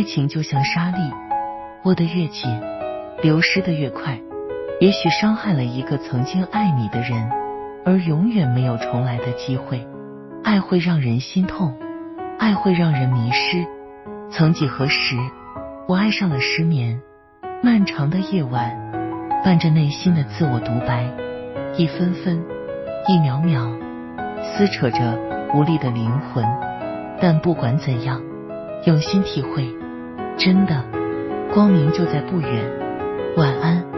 爱情就像沙粒，握得越紧，流失得越快。也许伤害了一个曾经爱你的人，而永远没有重来的机会。爱会让人心痛，爱会让人迷失。曾几何时，我爱上了失眠。漫长的夜晚，伴着内心的自我独白，一分分，一秒秒，撕扯着无力的灵魂。但不管怎样，用心体会，真的，光明就在不远。晚安。